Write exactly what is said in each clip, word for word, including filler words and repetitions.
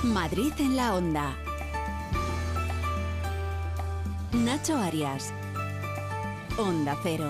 Madrid en la Onda. Nacho Arias. Onda Cero.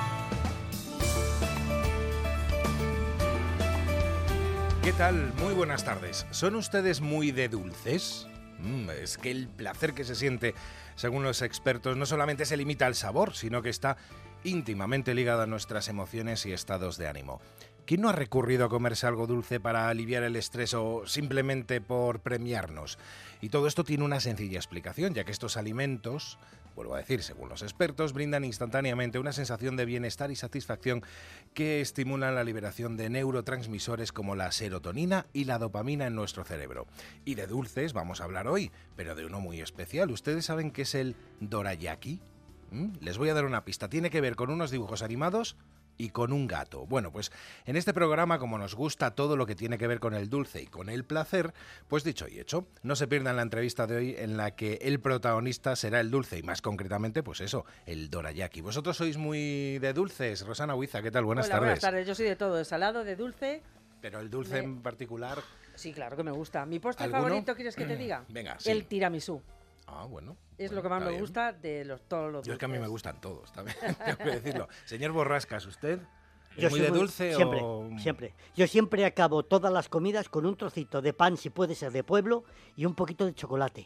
¿Qué tal? Muy buenas tardes. ¿Son ustedes muy de dulces? Mm, es que el placer que se siente, según los expertos, no solamente se limita al sabor, sino que está íntimamente ligado a nuestras emociones y estados de ánimo. ¿Quién no ha recurrido a comerse algo dulce para aliviar el estrés o simplemente por premiarnos? Y todo esto tiene una sencilla explicación, ya que estos alimentos, vuelvo a decir, según los expertos, brindan instantáneamente una sensación de bienestar y satisfacción que estimulan la liberación de neurotransmisores como la serotonina y la dopamina en nuestro cerebro. Y de dulces vamos a hablar hoy, pero de uno muy especial. ¿Ustedes saben qué es el dorayaki? ¿Mm? Les voy a dar una pista. Tiene que ver con unos dibujos animados y con un gato. Bueno, pues en este programa, como nos gusta todo lo que tiene que ver con el dulce y con el placer, pues dicho y hecho, no se pierdan la entrevista de hoy en la que el protagonista será el dulce y más concretamente, pues eso, el dorayaki. ¿Vosotros sois muy de dulces? Rosana Huiza, ¿qué tal? Buenas Hola, tardes. Buenas tardes, yo soy de todo, de salado, de dulce. Pero el dulce de... en particular... Sí, claro que me gusta. Mi postre ¿Alguno? favorito, ¿quieres que te diga? Venga, sí. El tiramisú. Ah, bueno. Es bueno, lo que más me bien. gusta de los, todos los dulces. Yo es que a mí me gustan todos, también tengo que decirlo. Señor Borrascas, ¿usted? Yo ¿Muy soy de muy- dulce siempre, o...? Siempre. Yo siempre acabo todas las comidas con un trocito de pan, si puede ser de pueblo, y un poquito de chocolate.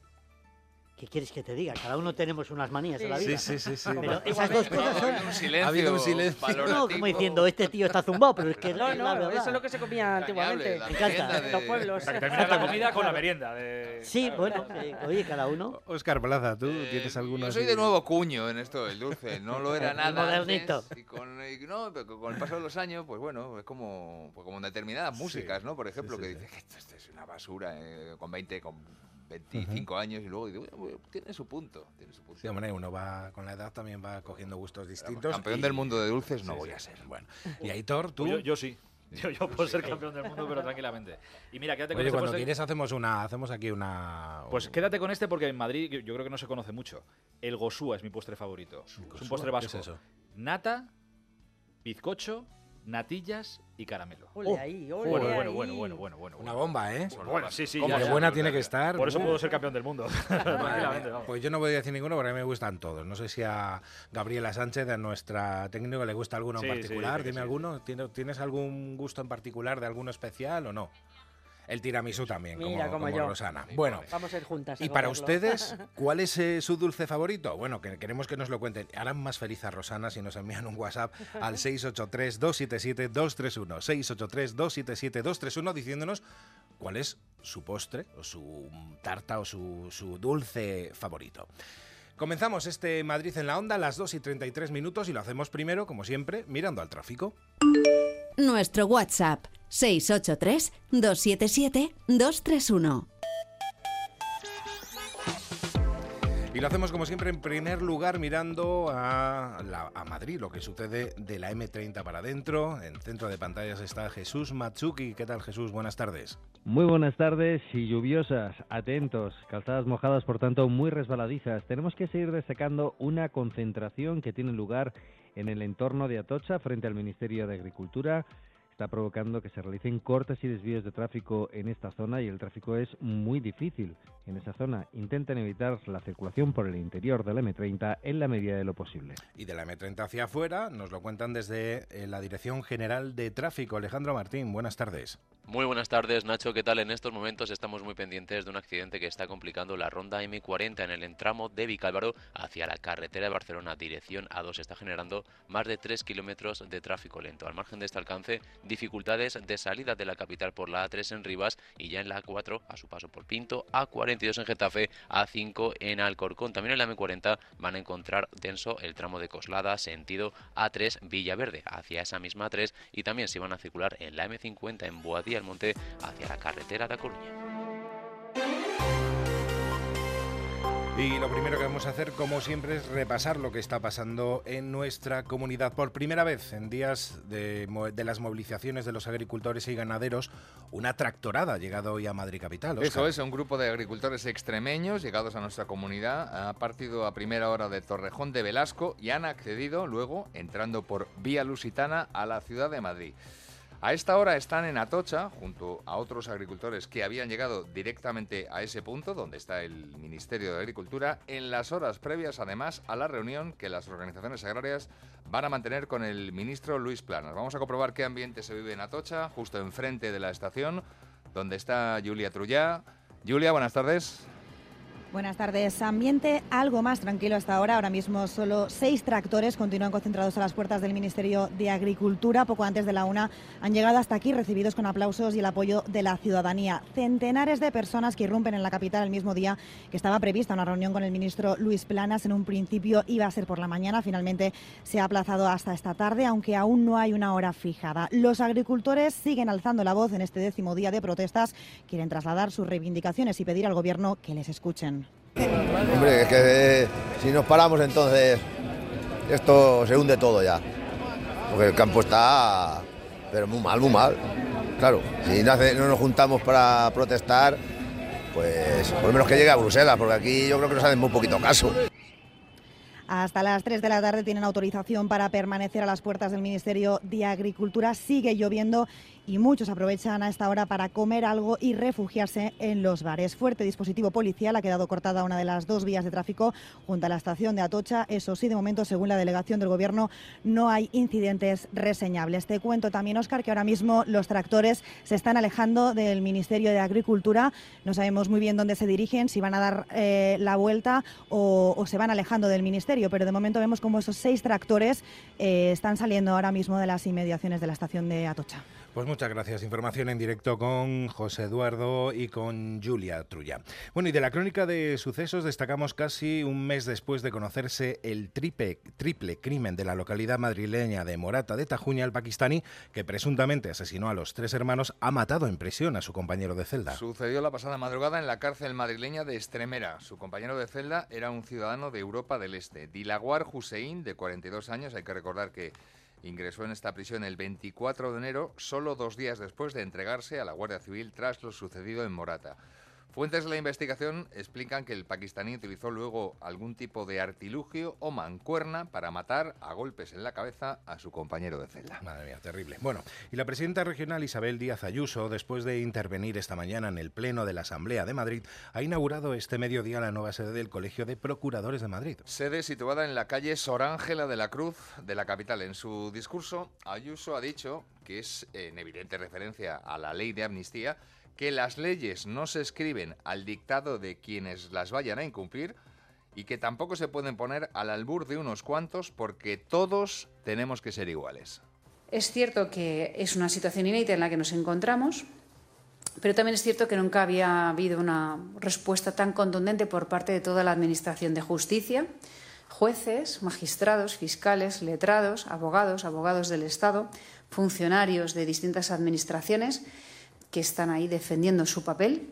¿Qué quieres que te diga? Cada uno tenemos unas manías en la Sí, vida. sí, sí, sí. Pero esas dos cosas son... Un silencio, Ha habido un silencio. No, valorativo. como diciendo, este tío está zumbado, pero es que No, es la no, verdad. eso es lo que se comía antiguamente. La Me encanta. merienda En los pueblos. O sea, que termina la comida con la merienda. De... Sí, bueno, eh, oye, cada uno... Óscar Plaza, ¿tú Eh, tienes alguno Yo soy así? de nuevo cuño en esto del dulce, no lo era El nada modernito. antes, y con, y no, pero con el paso de los años, pues bueno, es como, pues como en determinadas Sí, músicas, ¿no? Por ejemplo, sí, que sí, dices que esto, esto es una basura, eh, con veinte, con veinticinco años, y luego digo, bueno, tiene su punto, tiene su punto. Sí, hombre, uno va con la edad también va cogiendo gustos Pero, distintos. campeón y- del mundo de dulces no Sí, voy sí, a ser. Bueno, y Aitor, tú. Yo, yo sí. Yo, yo puedo ser campeón del mundo, pero tranquilamente. Y mira, quédate con Oye, este cuando postre- quieres hacemos una, hacemos aquí una. Pues quédate con este porque en Madrid yo, yo creo que no se conoce mucho. El gosúa es mi postre favorito. Es un postre ¿Qué vasco. es eso? Nata, bizcocho, natillas y caramelo. Ole ahí, ole Bueno, ahí. bueno, bueno, bueno, bueno, bueno. Una bomba, ¿eh? Bueno, sí, sí. Como ya, que ya. buena tiene que estar. Por eso Uh. puedo ser campeón del mundo. Tranquilamente, vamos. Pues yo no voy a decir ninguno porque a mí me gustan todos. No sé si a Gabriela Sánchez, a nuestra técnico, le gusta alguno Sí, en sí, particular. dice que Dime sí. alguno. ¿Tienes, ¿Tienes algún gusto en particular de alguno especial o no? El tiramisú también, Mira, como, como como yo. Rosana. Bueno, Vamos a ir juntas. a y para comerlo. ustedes, ¿cuál es eh, su dulce favorito? Bueno, que queremos que nos lo cuenten. Harán más feliz a Rosana si nos envían un WhatsApp al seis ocho tres, dos siete siete, dos tres uno. seis ocho tres, dos siete siete, dos tres uno diciéndonos cuál es su postre o su tarta o su, su dulce favorito. Comenzamos este Madrid en la Onda a las dos y treinta y tres minutos y lo hacemos primero, como siempre, mirando al tráfico. Nuestro WhatsApp seis ocho tres, dos siete siete, dos tres uno. Y lo hacemos como siempre en primer lugar mirando a, la- a Madrid, lo que sucede de la eme treinta para adentro. En centro de pantallas está Jesús Matsuki. ¿Qué tal, Jesús? Buenas tardes. Muy buenas tardes y lluviosas, atentos, calzadas mojadas, por tanto muy resbaladizas. Tenemos que seguir destacando una concentración que tiene lugar en el entorno de Atocha frente al Ministerio de Agricultura. Está provocando que se realicen cortes y desvíos de tráfico en esta zona y el tráfico es muy difícil en esa zona. Intenten evitar la circulación por el interior de la eme treinta en la medida de lo posible. Y de la eme treinta hacia afuera nos lo cuentan desde eh, la Dirección General de Tráfico. Alejandro Martín, buenas tardes. Muy buenas tardes, Nacho. ¿Qué tal? En estos momentos estamos muy pendientes de un accidente que está complicando la ronda eme cuarenta en el entramo de Vicálvaro hacia la carretera de Barcelona, dirección a dos. Está generando más de tres kilómetros de tráfico lento. Al margen de este alcance, dificultades de salida de la capital por la a tres en Rivas y ya en la a cuatro a su paso por Pinto, a cuarenta y dos en Getafe, a cinco en Alcorcón. También en la eme cuarenta van a encontrar denso el tramo de Coslada, sentido a tres Villaverde, hacia esa misma a tres, y también se van a circular en la eme cincuenta en Boadilla del Monte hacia la carretera de A Coruña. Y lo primero que vamos a hacer, como siempre, es repasar lo que está pasando en nuestra comunidad. Por primera vez en días de, mo- de las movilizaciones de los agricultores y ganaderos, una tractorada ha llegado hoy a Madrid Capital. Óscar. Eso es, un grupo de agricultores extremeños llegados a nuestra comunidad ha partido a primera hora de Torrejón de Velasco y han accedido luego, entrando por Vía Lusitana, a la ciudad de Madrid. A esta hora están en Atocha, junto a otros agricultores que habían llegado directamente a ese punto, donde está el Ministerio de Agricultura, en las horas previas, además, a la reunión que las organizaciones agrarias van a mantener con el ministro Luis Planas. Vamos a comprobar qué ambiente se vive en Atocha, justo enfrente de la estación, donde está Julia Trullá. Julia, buenas tardes. Buenas tardes. Ambiente algo más tranquilo hasta ahora. Ahora mismo solo seis tractores continúan concentrados a las puertas del Ministerio de Agricultura. Poco antes de la una han llegado hasta aquí recibidos con aplausos y el apoyo de la ciudadanía. Centenares de personas que irrumpen en la capital el mismo día que estaba prevista una reunión con el ministro Luis Planas. En un principio iba a ser por la mañana, finalmente se ha aplazado hasta esta tarde, aunque aún no hay una hora fijada. Los agricultores siguen alzando la voz en este décimo día de protestas. Quieren trasladar sus reivindicaciones y pedir al Gobierno que les escuchen. Hombre, es que eh, si nos paramos entonces esto se hunde todo ya, porque el campo está, pero muy mal, muy mal. Claro, si no, hace, no nos juntamos para protestar, pues por lo menos que llegue a Bruselas, porque aquí yo creo que nos hacen muy poquito caso. Hasta las tres de la tarde tienen autorización para permanecer a las puertas del Ministerio de Agricultura. Sigue lloviendo y muchos aprovechan a esta hora para comer algo y refugiarse en los bares. Fuerte dispositivo policial, ha quedado cortada una de las dos vías de tráfico junto a la estación de Atocha. Eso sí, de momento, según la delegación del Gobierno, no hay incidentes reseñables. Te cuento también, Óscar, que ahora mismo los tractores se están alejando del Ministerio de Agricultura. No sabemos muy bien dónde se dirigen, si van a dar eh, la vuelta o, o se van alejando del Ministerio, pero de momento vemos como esos seis tractores eh, están saliendo ahora mismo de las inmediaciones de la estación de Atocha. Pues muchas gracias. Información en directo con José Eduardo y con Julia Trullá. Bueno, y de la crónica de sucesos destacamos casi un mes después de conocerse el triple, triple crimen de la localidad madrileña de Morata de Tajuña, el pakistaní, que presuntamente asesinó a los tres hermanos, ha matado en prisión a su compañero de celda. Sucedió la pasada madrugada en la cárcel madrileña de Estremera. Su compañero de celda era un ciudadano de Europa del Este, Dilawar Hussein, de cuarenta y dos años. Hay que recordar que ingresó en esta prisión el veinticuatro de enero, solo dos días después de entregarse a la Guardia Civil tras lo sucedido en Morata. Fuentes de la investigación explican que el pakistaní utilizó luego algún tipo de artilugio o mancuerna para matar a golpes en la cabeza a su compañero de celda. Madre mía, terrible. Bueno, y la presidenta regional Isabel Díaz Ayuso, después de intervenir esta mañana en el Pleno de la Asamblea de Madrid, ha inaugurado este mediodía la nueva sede del Colegio de Procuradores de Madrid. Sede situada en la calle Sor Ángela de la Cruz de la capital. En su discurso, Ayuso ha dicho, que es en evidente referencia a la ley de amnistía, que las leyes no se escriben al dictado de quienes las vayan a incumplir y que tampoco se pueden poner al albur de unos cuantos porque todos tenemos que ser iguales. Es cierto que es una situación inédita en la que nos encontramos, pero también es cierto que nunca había habido una respuesta tan contundente por parte de toda la Administración de Justicia, jueces, magistrados, fiscales, letrados, abogados, abogados del Estado, funcionarios de distintas administraciones que están ahí defendiendo su papel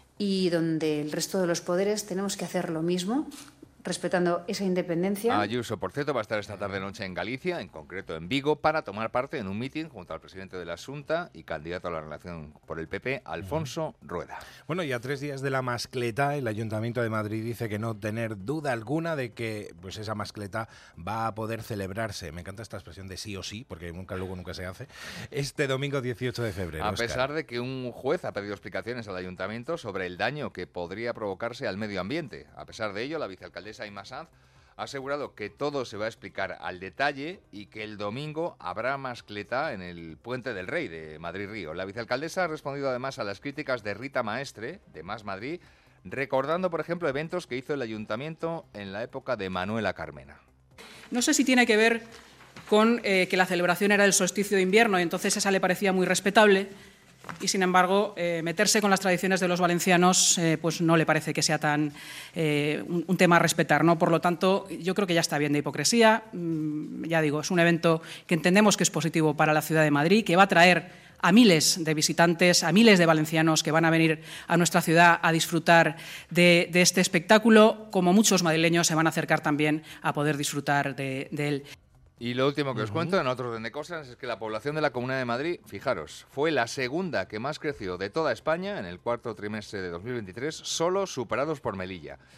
y donde el resto de los poderes tenemos que hacer lo mismo, respetando esa independencia. Ayuso, por cierto, va a estar esta tarde-noche en Galicia, en concreto en Vigo, para tomar parte en un mitin junto al presidente de la Xunta y candidato a la relación por el P P, Alfonso Rueda. Bueno, y a tres días de la mascleta, el Ayuntamiento de Madrid dice que no tener duda alguna de que pues esa mascleta va a poder celebrarse. Me encanta esta expresión de sí o sí, porque nunca luego nunca se hace. Este domingo dieciocho de febrero. A Óscar. pesar de que un juez ha pedido explicaciones al Ayuntamiento sobre el daño que podría provocarse al medio ambiente. A pesar de ello, la vicealcaldesa Inma Sanz ha asegurado que todo se va a explicar al detalle y que el domingo habrá mascleta en el Puente del Rey de Madrid-Río. La vicealcaldesa ha respondido además a las críticas de Rita Maestre, de Más Madrid, recordando, por ejemplo, eventos que hizo el Ayuntamiento en la época de Manuela Carmena. No sé si tiene que ver con eh, que la celebración era el solsticio de invierno y entonces esa le parecía muy respetable, y sin embargo eh, meterse con las tradiciones de los valencianos eh, pues no le parece que sea tan eh, un, un tema a respetar, ¿no? Por lo tanto, yo creo que ya está bien de hipocresía. Mm, ya digo, es un evento que entendemos que es positivo para la ciudad de Madrid, que va a traer a miles de visitantes, a miles de valencianos que van a venir a nuestra ciudad a disfrutar de, de este espectáculo, como muchos madrileños se van a acercar también a poder disfrutar de, de él. Y lo último que os cuento, en otro orden de cosas, es que la población de la Comunidad de Madrid, fijaros, fue la segunda que más creció de toda España en el cuarto trimestre de dos mil veintitrés, solo superados por Melilla.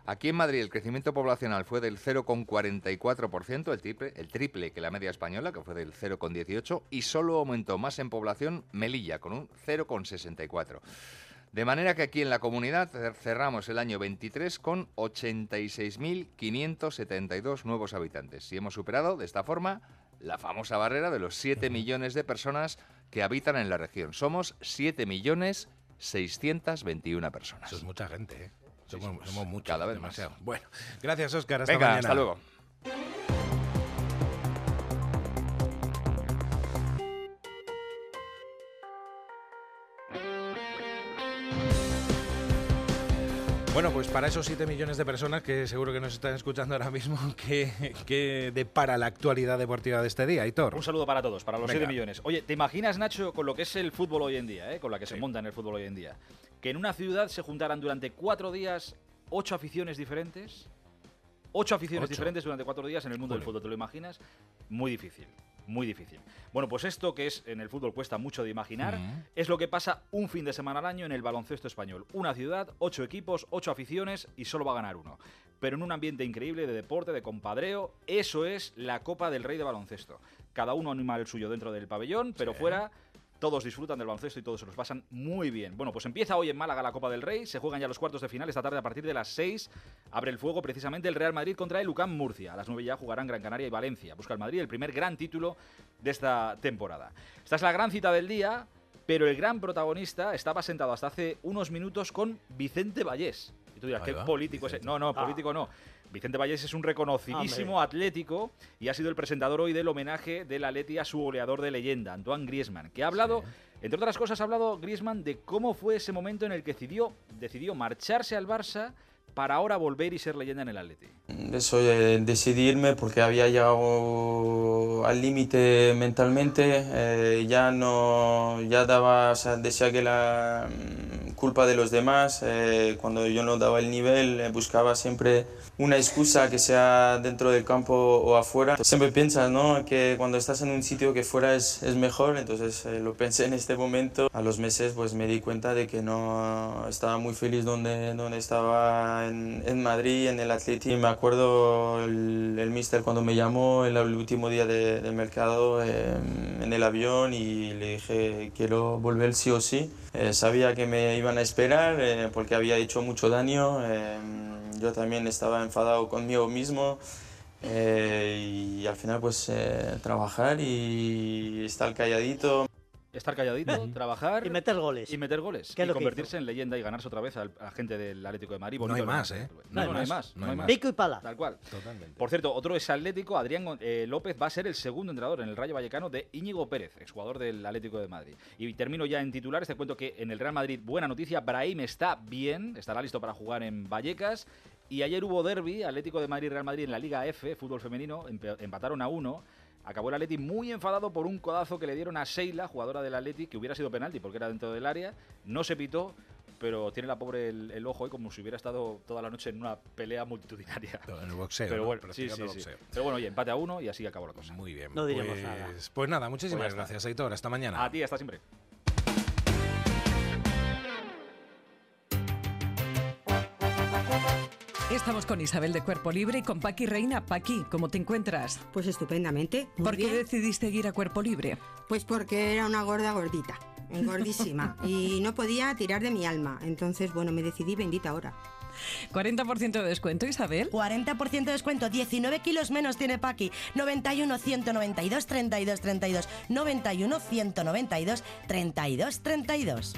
Aquí en Madrid el crecimiento poblacional fue del cero coma cuarenta y cuatro por ciento, el triple, el triple que la media española, que fue del cero coma dieciocho, y solo aumentó más en población Melilla, con un cero coma sesenta y cuatro. De manera que aquí en la comunidad cerramos el año veintitrés con ochenta y seis mil quinientos setenta y dos nuevos habitantes. Y hemos superado, de esta forma, la famosa barrera de los siete millones de personas que habitan en la región. Somos siete millones seiscientos veintiuna personas. Eso es mucha gente, ¿eh? Somos, Sí, somos somos muchos, cada vez demasiado. más. Bueno, gracias, Óscar. Hasta Venga, mañana. hasta luego. Bueno, pues para esos siete millones de personas que seguro que nos están escuchando ahora mismo, ¿qué, qué depara la actualidad deportiva de este día, Aitor? Un saludo para todos, para los Venga. siete millones. Oye, ¿te imaginas, Nacho, con lo que es el fútbol hoy en día, eh, con la que se monta en el fútbol hoy en día, que en una ciudad se juntaran durante cuatro días ocho aficiones diferentes? Ocho aficiones Ocho. diferentes durante cuatro días en el mundo del fútbol, ¿te lo imaginas? Muy difícil, muy difícil. Bueno, pues esto que es en el fútbol cuesta mucho de imaginar, Mm. es lo que pasa un fin de semana al año en el baloncesto español. Una ciudad, ocho equipos, ocho aficiones y solo va a ganar uno. Pero en un ambiente increíble de deporte, de compadreo, eso es la Copa del Rey de baloncesto. Cada uno anima el suyo dentro del pabellón, pero fuera todos disfrutan del baloncesto y todos se los pasan muy bien. Bueno, pues empieza hoy en Málaga la Copa del Rey, se juegan ya los cuartos de final esta tarde a partir de las seis. Abre el fuego precisamente el Real Madrid contra el U C A M Murcia. A las nueve ya jugarán Gran Canaria y Valencia. Busca el Madrid el primer gran título de esta temporada. Esta es la gran cita del día, pero el gran protagonista estaba sentado hasta hace unos minutos con Vicente Vallés. Y tú dirás, Ahí ¿qué va, político es? No, no, Ah. político no. Vicente Vallés es un reconocidísimo Hombre. atlético y ha sido el presentador hoy del homenaje del Atleti a su goleador de leyenda, Antoine Griezmann, que ha hablado, entre otras cosas, ha hablado Griezmann de cómo fue ese momento en el que decidió, decidió marcharse al Barça para ahora volver y ser leyenda en el Atleti. Eso de decidirme porque había llegado al límite mentalmente, eh, ya no, ya daba, o sea, decía que la mm, culpa de los demás, eh, cuando yo no daba el nivel, eh, buscaba siempre una excusa que sea dentro del campo o afuera. Siempre piensas, ¿no?, que cuando estás en un sitio que fuera es, es mejor, entonces eh, lo pensé en este momento. A los meses pues me di cuenta de que no estaba muy feliz donde, donde estaba en, en Madrid, en el Atleti. Me acuerdo el, el míster cuando me llamó el, el último día de, del mercado eh, en el avión y le dije quiero volver sí o sí. Eh, sabía que me iban a esperar eh, porque había hecho mucho daño. Eh, yo también estaba enfadado conmigo mismo. Eh, y al final pues eh, trabajar y estar calladito. Estar calladito, trabajar Y meter goles. y meter goles ¿Qué es y lo que convertirse en leyenda y ganarse otra vez al- a la gente del Atlético de Madrid. No hay Bonito, más, ¿eh? No, no, no hay más. No hay más. Pico y pala. Tal cual. Totalmente. Por cierto, otro es Atlético, Adrián eh, López va a ser el segundo entrenador en el Rayo Vallecano de Íñigo Pérez, exjugador del Atlético de Madrid. Y termino ya en titulares, te cuento que en el Real Madrid, buena noticia, Brahim está bien, estará listo para jugar en Vallecas. Y ayer hubo derbi, Atlético de Madrid-Real Madrid en la Liga F, fútbol femenino, empe- empataron a uno. Acabó el Atleti muy enfadado por un codazo que le dieron a Sheila, jugadora del Atleti, que hubiera sido penalti porque era dentro del área. No se pitó, pero tiene la pobre el, el ojo ahí como si hubiera estado toda la noche en una pelea multitudinaria. En el boxeo, Pero ¿no? bueno, sí, Practicando sí, sí. boxeo. Pero bueno, oye, empate a uno y así acabó la cosa. Muy bien. No diremos pues, nada. Pues nada, muchísimas Pues ya está. gracias, Aitor. Hasta mañana. A ti, hasta siempre. Estamos con Isabel de Cuerpo Libre y con Paqui Reina. Paqui, ¿cómo te encuentras? Pues estupendamente. muy ¿Por qué bien. decidiste ir a Cuerpo Libre? Pues porque era una gorda gordita, gordísima, y no podía tirar de mi alma. Entonces, bueno, me decidí, bendita hora. cuarenta por ciento de descuento, Isabel. cuarenta por ciento de descuento, diecinueve kilos menos tiene Paqui. noventa y uno, ciento noventa y dos, treinta y dos, treinta y dos. noventa y uno, ciento noventa y dos, treinta y dos, treinta y dos.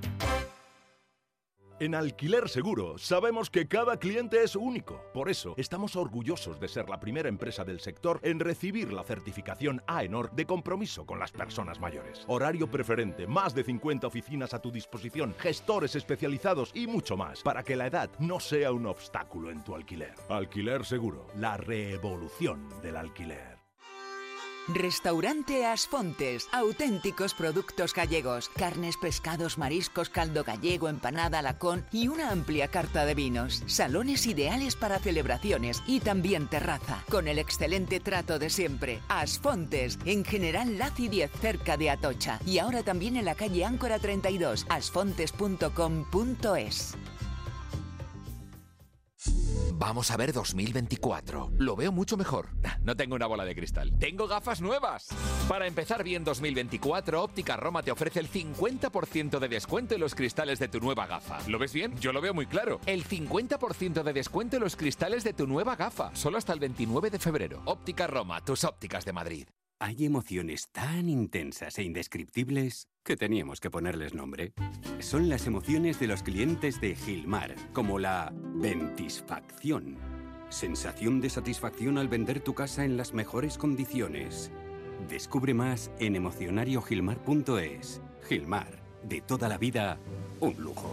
En Alquiler Seguro sabemos que cada cliente es único. Por eso estamos orgullosos de ser la primera empresa del sector en recibir la certificación AENOR de compromiso con las personas mayores. Horario preferente, más de cincuenta oficinas a tu disposición, gestores especializados y mucho más para que la edad no sea un obstáculo en tu alquiler. Alquiler Seguro, la revolución del alquiler. Restaurante Asfontes, auténticos productos gallegos, carnes, pescados, mariscos, caldo gallego, empanada, lacón y una amplia carta de vinos. Salones ideales para celebraciones y también terraza, con el excelente trato de siempre. Asfontes, en General Laci diez, cerca de Atocha, y ahora también en la calle Áncora treinta y dos, asfontes punto com punto es. Vamos a ver dos mil veinticuatro. Lo veo mucho mejor. No tengo una bola de cristal. Tengo gafas nuevas. Para empezar bien dos mil veinticuatro, Óptica Roma te ofrece el cincuenta por ciento de descuento en los cristales de tu nueva gafa. ¿Lo ves bien? Yo lo veo muy claro. El cincuenta por ciento de descuento en los cristales de tu nueva gafa. Solo hasta el veintinueve de febrero. Óptica Roma, tus ópticas de Madrid. Hay emociones tan intensas e indescriptibles que teníamos que ponerles nombre. Son las emociones de los clientes de Gilmar, como la ventisfacción. Sensación de satisfacción al vender tu casa en las mejores condiciones. Descubre más en emocionario gilmar punto es. Gilmar, de toda la vida, un lujo.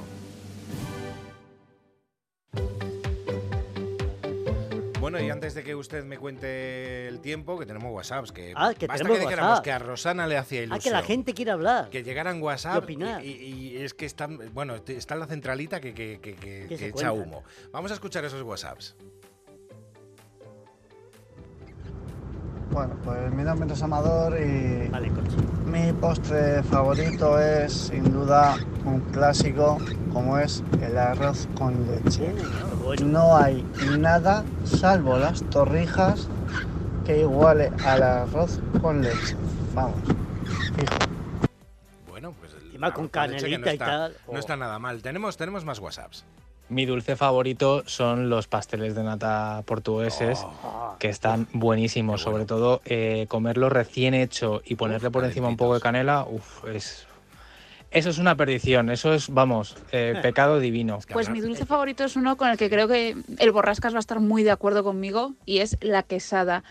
Bueno, y antes de que usted me cuente el tiempo, que tenemos WhatsApps, que Ah, que basta tenemos que dijéramos WhatsApp. que a Rosana le hacía ilusión. Ah, que la gente quiere hablar. Que llegaran WhatsApp Y opinar. y, y es que están, bueno, está en la centralita que, que, que, que, Que se que echa cuentan. humo. Vamos a escuchar esos WhatsApps. Bueno, pues mi nombre es Amador y mi postre favorito es sin duda un clásico como es el arroz con leche. No hay nada salvo las torrijas que iguale al arroz con leche. Vamos, fijo. Bueno, pues el Encima con arroz leche que no canelita y está, tal. No está nada mal. Tenemos, tenemos más WhatsApps. Mi dulce favorito son los pasteles de nata portugueses, que están buenísimos. Sobre todo, eh, comerlo recién hecho y ponerle por encima un poco de canela, uf, es... Eso es una perdición, eso es, vamos, eh, pecado divino. Pues mi dulce favorito es uno con el que creo que el Borrascas va a estar muy de acuerdo conmigo y es la quesada.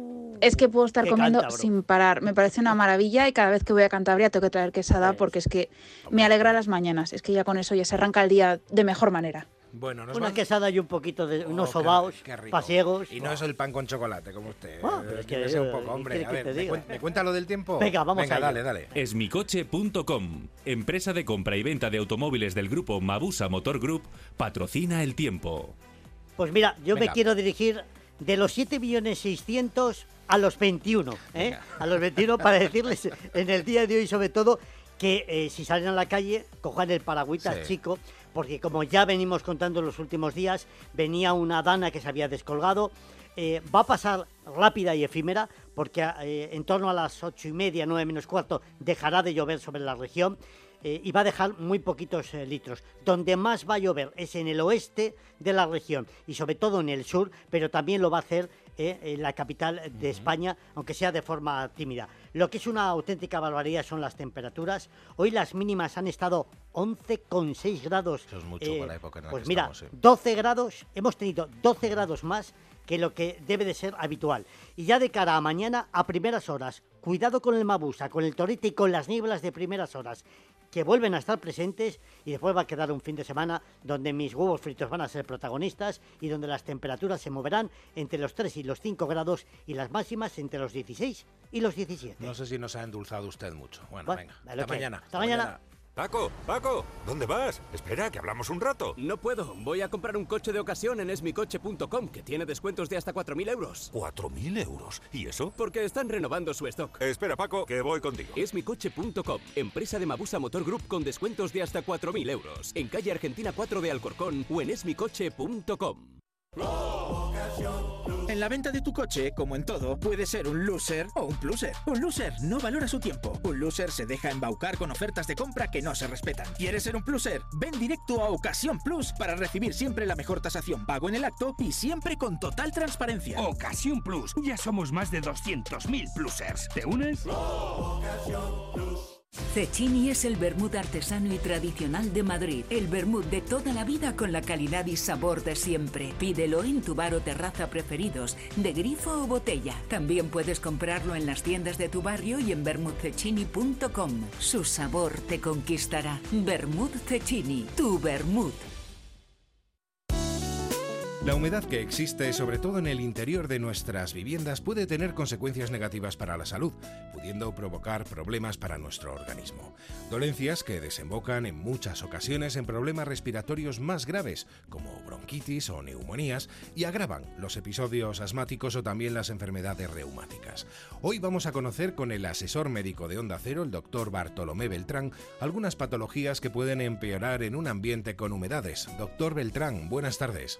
Es que puedo estar qué comiendo cántabro. sin parar. Me parece una maravilla y cada vez que voy a Cantabria tengo que traer quesada porque es que me alegra las mañanas. Es que ya con eso ya se arranca el día de mejor manera. Bueno, nos Una van- quesada y un poquito de unos Oh, qué- sobaos, qué rico. pasiegos. Y no es el pan con chocolate, como usted. Ah, pero es que, que sea un eh, poco, ¿qué hombre. quiere A que ver, te ¿me, diga? cuen- me cuenta lo del tiempo? Venga, vamos Venga, allá. dale, dale. Esmicoche punto com, empresa de compra y venta de automóviles del grupo Mabusa Motor Group, patrocina el tiempo. Pues mira, yo Venga. me quiero dirigir de los siete millones seiscientos a los veintiuno, ¿eh? A los veintiuno para decirles en el día de hoy sobre todo que eh, si salen a la calle cojan el paragüitas Sí. chico, porque como ya venimos contando en los últimos días, venía una dana que se había descolgado. Eh, va a pasar rápida y efímera porque eh, en torno a las ocho y media, nueve menos cuarto, dejará de llover sobre la región. Eh, y va a dejar muy poquitos eh, litros. Donde más va a llover es en el oeste de la región y sobre todo en el sur, pero también lo va a hacer eh, en la capital de España, aunque sea de forma tímida. Lo que es una auténtica barbaridad son las temperaturas. Hoy las mínimas han estado once coma seis grados. Eso es mucho para la época en la Pues que mira, estamos, sí. doce grados, hemos tenido doce grados más que lo que debe de ser habitual. Y ya de cara a mañana, a primeras horas, cuidado con el Mabusa, con el Torete y con las nieblas de primeras horas, que vuelven a estar presentes, y después va a quedar un fin de semana donde mis huevos fritos van a ser protagonistas y donde las temperaturas se moverán entre los tres y los cinco grados y las máximas entre los dieciséis y los diecisiete. No sé si nos ha endulzado usted mucho. Bueno, Bueno, venga. a lo Hasta que- mañana. hasta mañana. Paco, Paco, ¿dónde vas? Espera, que hablamos un rato. No puedo, voy a comprar un coche de ocasión en esmicoche punto com, que tiene descuentos de hasta cuatro mil euros. ¿Cuatro mil euros? ¿Y eso? Porque están renovando su stock. Espera, Paco, que voy contigo. esmicoche punto com, empresa de Mabusa Motor Group con descuentos de hasta cuatro mil euros. En calle Argentina cuatro de Alcorcón o en esmicoche punto com. En la venta de tu coche, como en todo, puede ser un loser o un pluser. Un loser no valora su tiempo. Un loser se deja embaucar con ofertas de compra que no se respetan. ¿Quieres ser un pluser? Ven directo a Ocasión Plus para recibir siempre la mejor tasación pago en el acto y siempre con total transparencia. Ocasión Plus. Ya somos más de doscientos mil plusers. ¿Te unes? Cecchini es el vermut artesano y tradicional de Madrid. El vermut de toda la vida con la calidad y sabor de siempre. Pídelo en tu bar o terraza preferidos, de grifo o botella. También puedes comprarlo en las tiendas de tu barrio y en vermut cecchini punto com. Su sabor te conquistará. Vermut Cecchini, tu vermut. La humedad que existe, sobre todo en el interior de nuestras viviendas, puede tener consecuencias negativas para la salud, pudiendo provocar problemas para nuestro organismo. Dolencias que desembocan en muchas ocasiones en problemas respiratorios más graves, como bronquitis o neumonías, y agravan los episodios asmáticos o también las enfermedades reumáticas. Hoy vamos a conocer con el asesor médico de Onda Cero, el doctor Bartolomé Beltrán, algunas patologías que pueden empeorar en un ambiente con humedades. Doctor Beltrán, buenas tardes. Hola, muy buenas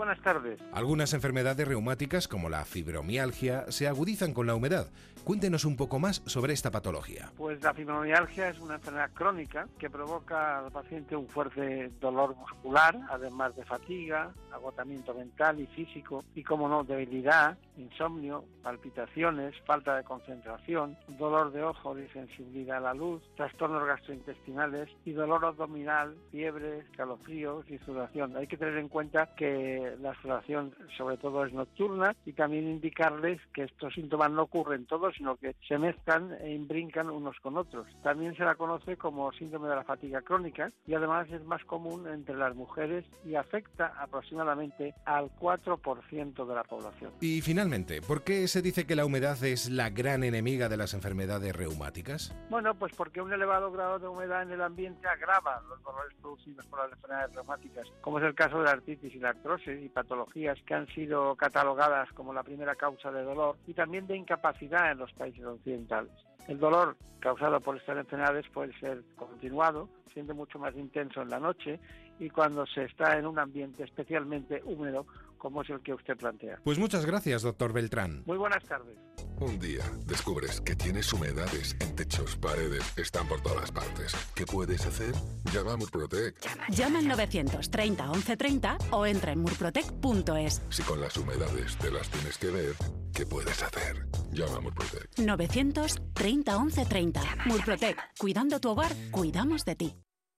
buenas tardes. Algunas enfermedades reumáticas, como la fibromialgia, se agudizan con la humedad. Cuéntenos un poco más sobre esta patología. Pues la fibromialgia es una enfermedad crónica que provoca al paciente un fuerte dolor muscular, además de fatiga, agotamiento mental y físico, y como no, debilidad, insomnio, palpitaciones, falta de concentración, dolor de ojo, disensibilidad a la luz, trastornos gastrointestinales y dolor abdominal, fiebre, escalofríos y sudoración. Hay que tener en cuenta que la sudoración sobre todo es nocturna y también indicarles que estos síntomas no ocurren todos, sino que se mezclan e imbrincan unos con otros. También se la conoce como síndrome de la fatiga crónica y además es más común entre las mujeres y afecta aproximadamente al cuatro por ciento de la población. Y finalmente, ¿por qué se dice que la humedad es la gran enemiga de las enfermedades reumáticas? Bueno, pues porque un elevado grado de humedad en el ambiente agrava los dolores producidos por las enfermedades reumáticas, como es el caso de la artritis y la artrosis y patologías que han sido catalogadas como la primera causa de dolor y también de incapacidad en los países occidentales. El dolor causado por estas enfermedades puede ser continuado, siendo mucho más intenso en la noche y cuando se está en un ambiente especialmente húmedo como es el que usted plantea. Pues muchas gracias, doctor Beltrán. Muy buenas tardes. Un día descubres que tienes humedades en techos, paredes, están por todas partes. ¿Qué puedes hacer? Llama a Murprotec. Llama al novecientos treinta once treinta o entra en murprotec punto es. Si con las humedades te las tienes que ver, ¿qué puedes hacer? Llama a Murprotec. novecientos treinta once treinta. Murprotec. Cuidando tu hogar, cuidamos de ti.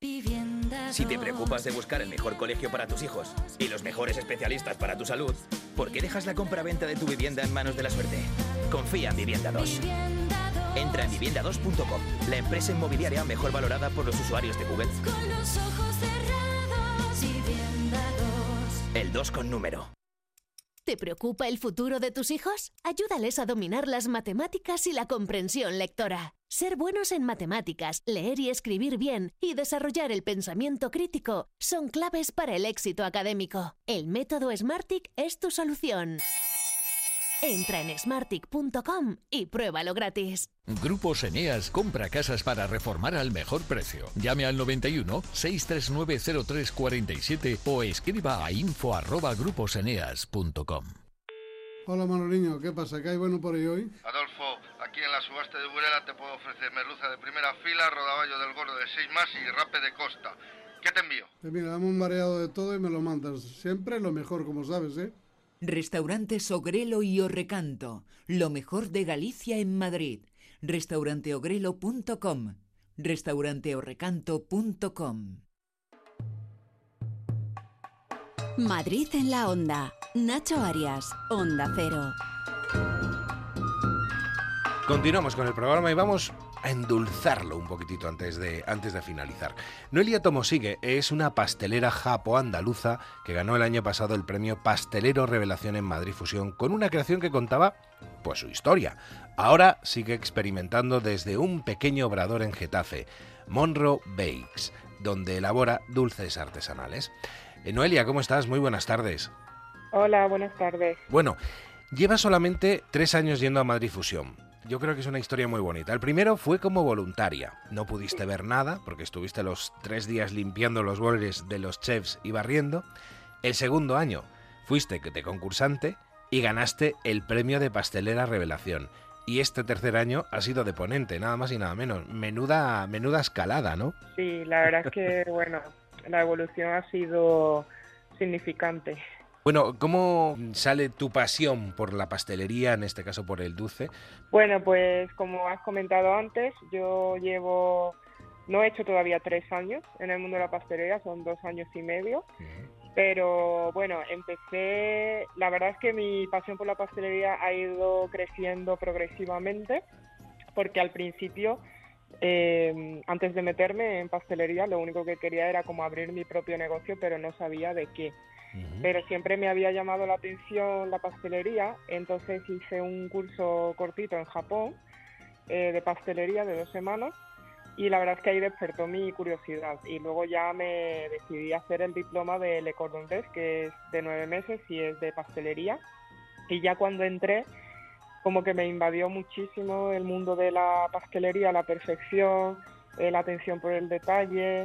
Si te preocupas de buscar el mejor colegio para tus hijos y los mejores especialistas para tu salud, ¿por qué dejas la compra-venta de tu vivienda en manos de la suerte? Confía en Vivienda dos. Entra en vivienda dos punto com, la empresa inmobiliaria mejor valorada por los usuarios de Google. Con los ojos cerrados, Vivienda dos. El dos con número. ¿Te preocupa el futuro de tus hijos? Ayúdales a dominar las matemáticas y la comprensión lectora. Ser buenos en matemáticas, leer y escribir bien y desarrollar el pensamiento crítico son claves para el éxito académico. El método Smartick es tu solución. Entra en smartick punto com y pruébalo gratis. Grupos Eneas compra casas para reformar al mejor precio. Llame al noventa y uno, seiscientos treinta y nueve, cero tres cuarenta y siete o escriba a info arroba grupos eneas punto com. Hola Manoliño, ¿qué pasa? ¿Qué hay bueno por ahí hoy? Adolfo, aquí en la subasta de Burela te puedo ofrecer merluza de primera fila, rodaballo del gordo de seis más y rape de costa. ¿Qué te envío? Pues mira, dame un mareado de todo y me lo mandas. Siempre lo mejor, como sabes, ¿eh? Restaurantes Ogrelo y Orrecanto, lo mejor de Galicia en Madrid. restaurante ogrelo punto com, restaurante orrecanto punto com. Madrid en la Onda. Nacho Arias, Onda Cero. Continuamos con el programa y vamos a endulzarlo un poquitito antes de, antes de finalizar. Noelia Tomosigue es una pastelera japo-andaluza que ganó el año pasado el premio Pastelero Revelación en Madrid Fusión con una creación que contaba pues su historia. Ahora sigue experimentando desde un pequeño obrador en Getafe, Monro Bakes, donde elabora dulces artesanales. Eh, Noelia, ¿cómo estás? Muy buenas tardes. Hola, buenas tardes. Bueno, llevas solamente tres años yendo a Madrid Fusión. Yo creo que es una historia muy bonita. El primero fue como voluntaria. No pudiste ver nada porque estuviste los tres días limpiando los boles de los chefs y barriendo. El segundo año fuiste de concursante y ganaste el premio de pastelera revelación. Y este tercer año ha sido de ponente, nada más y nada menos. Menuda, menuda escalada, ¿no? Sí, la verdad es que, bueno, la evolución ha sido significante. Bueno, ¿cómo sale tu pasión por la pastelería, en este caso por el dulce? Bueno, pues como has comentado antes, yo llevo, no he hecho todavía tres años en el mundo de la pastelería, son dos años y medio, uh-huh. Pero bueno, empecé, la verdad es que mi pasión por la pastelería ha ido creciendo progresivamente, porque al principio, eh, antes de meterme en pastelería, lo único que quería era como abrir mi propio negocio, pero no sabía de qué. Uh-huh. Pero siempre me había llamado la atención la pastelería, entonces hice un curso cortito en Japón eh, de pastelería de dos semanas y la verdad es que ahí despertó mi curiosidad y luego ya me decidí a hacer el diploma de Le Cordon Bleu, que es de nueve meses y es de pastelería, y ya cuando entré como que me invadió muchísimo el mundo de la pastelería, la perfección, eh, la atención por el detalle,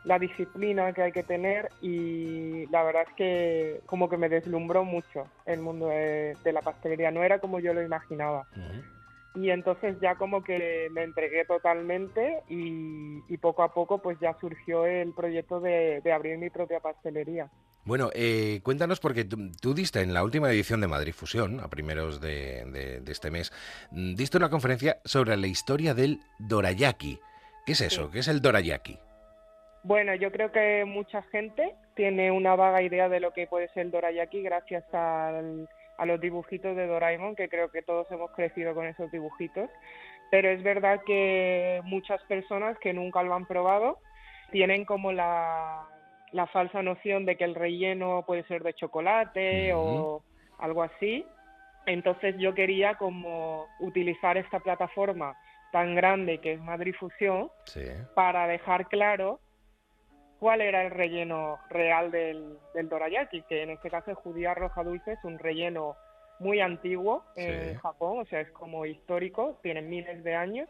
la disciplina que hay que tener, y la verdad es que como que me deslumbró mucho el mundo de, de la pastelería, no era como yo lo imaginaba. Uh-huh. Y entonces ya como que me entregué totalmente y, y poco a poco pues ya surgió el proyecto de, de abrir mi propia pastelería. Bueno, eh, cuéntanos, porque tú, tú diste en la última edición de Madrid Fusión, a primeros de, de, de este mes, diste una conferencia sobre la historia del dorayaki. ¿Qué es eso? Sí. ¿Qué es el dorayaki? Bueno, yo creo que mucha gente tiene una vaga idea de lo que puede ser el dorayaki gracias al, a los dibujitos de Doraemon, que creo que todos hemos crecido con esos dibujitos, pero es verdad que muchas personas que nunca lo han probado tienen como la, la falsa noción de que el relleno puede ser de chocolate uh-huh. o algo así. Entonces yo quería como utilizar esta plataforma tan grande que es Madrid Fusión sí. para dejar claro cuál era el relleno real del, del dorayaki, que en este caso es judía roja dulce, es un relleno muy antiguo en sí. Japón, o sea, es como histórico, tiene miles de años,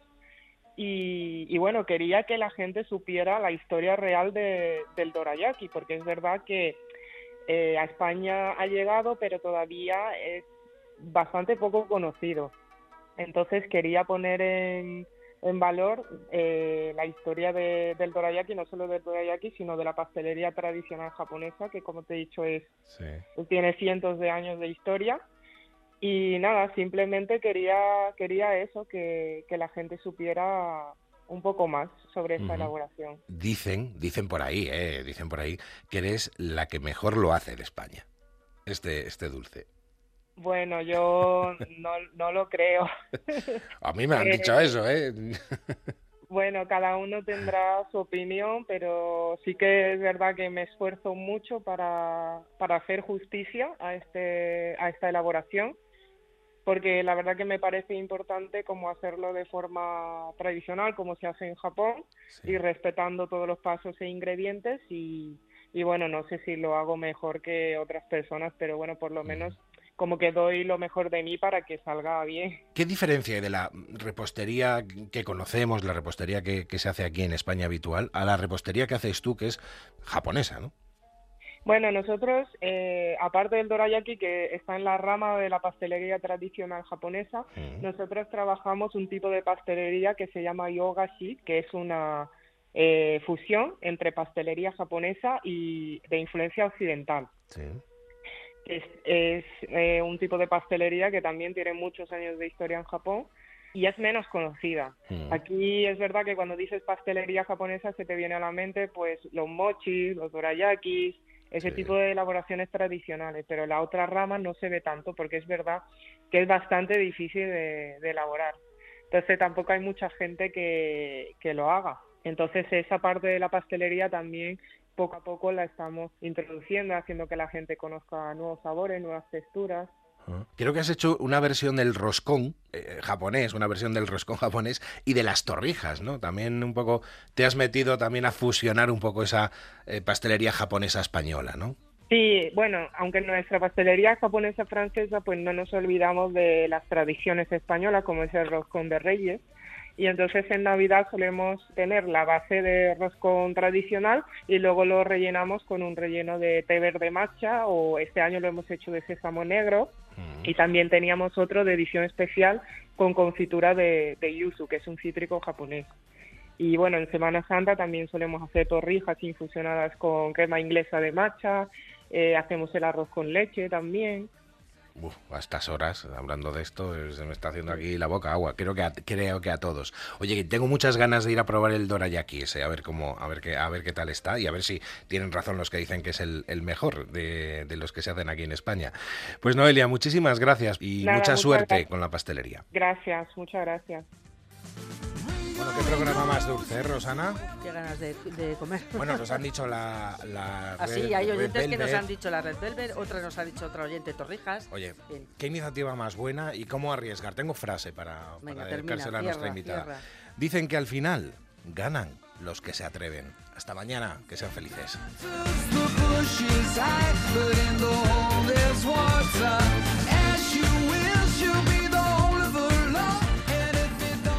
y, y bueno, quería que la gente supiera la historia real de, del dorayaki, porque es verdad que eh, a España ha llegado, pero todavía es bastante poco conocido. Entonces quería poner en... en valor eh, la historia de, del dorayaki, no solo del dorayaki, sino de la pastelería tradicional japonesa, que como te he dicho es sí. tiene cientos de años de historia. Y nada, simplemente quería quería eso, que, que la gente supiera un poco más sobre esta uh-huh. elaboración. Dicen, dicen por ahí, eh, dicen por ahí, que eres la que mejor lo hace de España, este, este dulce. Bueno, yo no, no lo creo. A mí me han dicho eso, ¿eh? Bueno, cada uno tendrá su opinión, pero sí que es verdad que me esfuerzo mucho para, para hacer justicia a, este, a esta elaboración, porque la verdad que me parece importante como hacerlo de forma tradicional, como se hace en Japón, sí. y respetando todos los pasos e ingredientes, y, y bueno, no sé si lo hago mejor que otras personas, pero bueno, por lo menos... como que doy lo mejor de mí para que salga bien. ¿Qué diferencia hay de la repostería que conocemos, la repostería que, que se hace aquí en España habitual, a la repostería que haces tú, que es japonesa, ¿no? Bueno, nosotros, eh, aparte del dorayaki, que está en la rama de la pastelería tradicional japonesa, uh-huh. nosotros trabajamos un tipo de pastelería que se llama yogashi, que es una eh, fusión entre pastelería japonesa y de influencia occidental. Sí. Es, es eh, un tipo de pastelería que también tiene muchos años de historia en Japón y es menos conocida. Mm. Aquí es verdad que cuando dices pastelería japonesa se te viene a la mente pues los mochis, los dorayakis, ese sí. tipo de elaboraciones tradicionales, pero la otra rama no se ve tanto porque es verdad que es bastante difícil de, de elaborar. Entonces tampoco hay mucha gente que, que lo haga. Entonces esa parte de la pastelería también poco a poco la estamos introduciendo, haciendo que la gente conozca nuevos sabores, nuevas texturas. Creo que has hecho una versión del roscón eh, japonés, una versión del roscón japonés y de las torrijas, ¿no? También un poco te has metido también a fusionar un poco esa eh, pastelería japonesa española, ¿no? Sí, bueno, aunque nuestra pastelería japonesa francesa, pues no nos olvidamos de las tradiciones españolas, como es el roscón de Reyes. Y entonces en Navidad solemos tener la base de roscón tradicional y luego lo rellenamos con un relleno de té verde matcha, o este año lo hemos hecho de sésamo negro, mm. y también teníamos otro de edición especial con confitura de, de yuzu, que es un cítrico japonés. Y bueno, en Semana Santa también solemos hacer torrijas infusionadas con crema inglesa de matcha, eh, hacemos el arroz con leche también. Uf, a estas horas, hablando de esto, se me está haciendo aquí la boca agua. Creo que a, creo que a todos. Oye, tengo muchas ganas de ir a probar el dorayaki ese, a ver cómo, a ver qué, a ver qué tal está y a ver si tienen razón los que dicen que es el, el mejor de, de los que se hacen aquí en España. Pues Noelia, muchísimas gracias y Nada, mucha suerte gracias. Con la pastelería. Gracias, muchas gracias. Bueno, ¿qué programa más dulce, eh, Rosana? Qué ganas de, de comer. Bueno, nos han dicho la, la Así, red, hay oyentes que nos han dicho la Red Velvet, otras nos ha dicho otra oyente Torrijas. Oye, Bien. ¿Qué iniciativa más buena y cómo arriesgar? Tengo frase para, Venga, para dedicársela a nuestra invitada. Cierra. Dicen que al final ganan los que se atreven. Hasta mañana, que sean felices.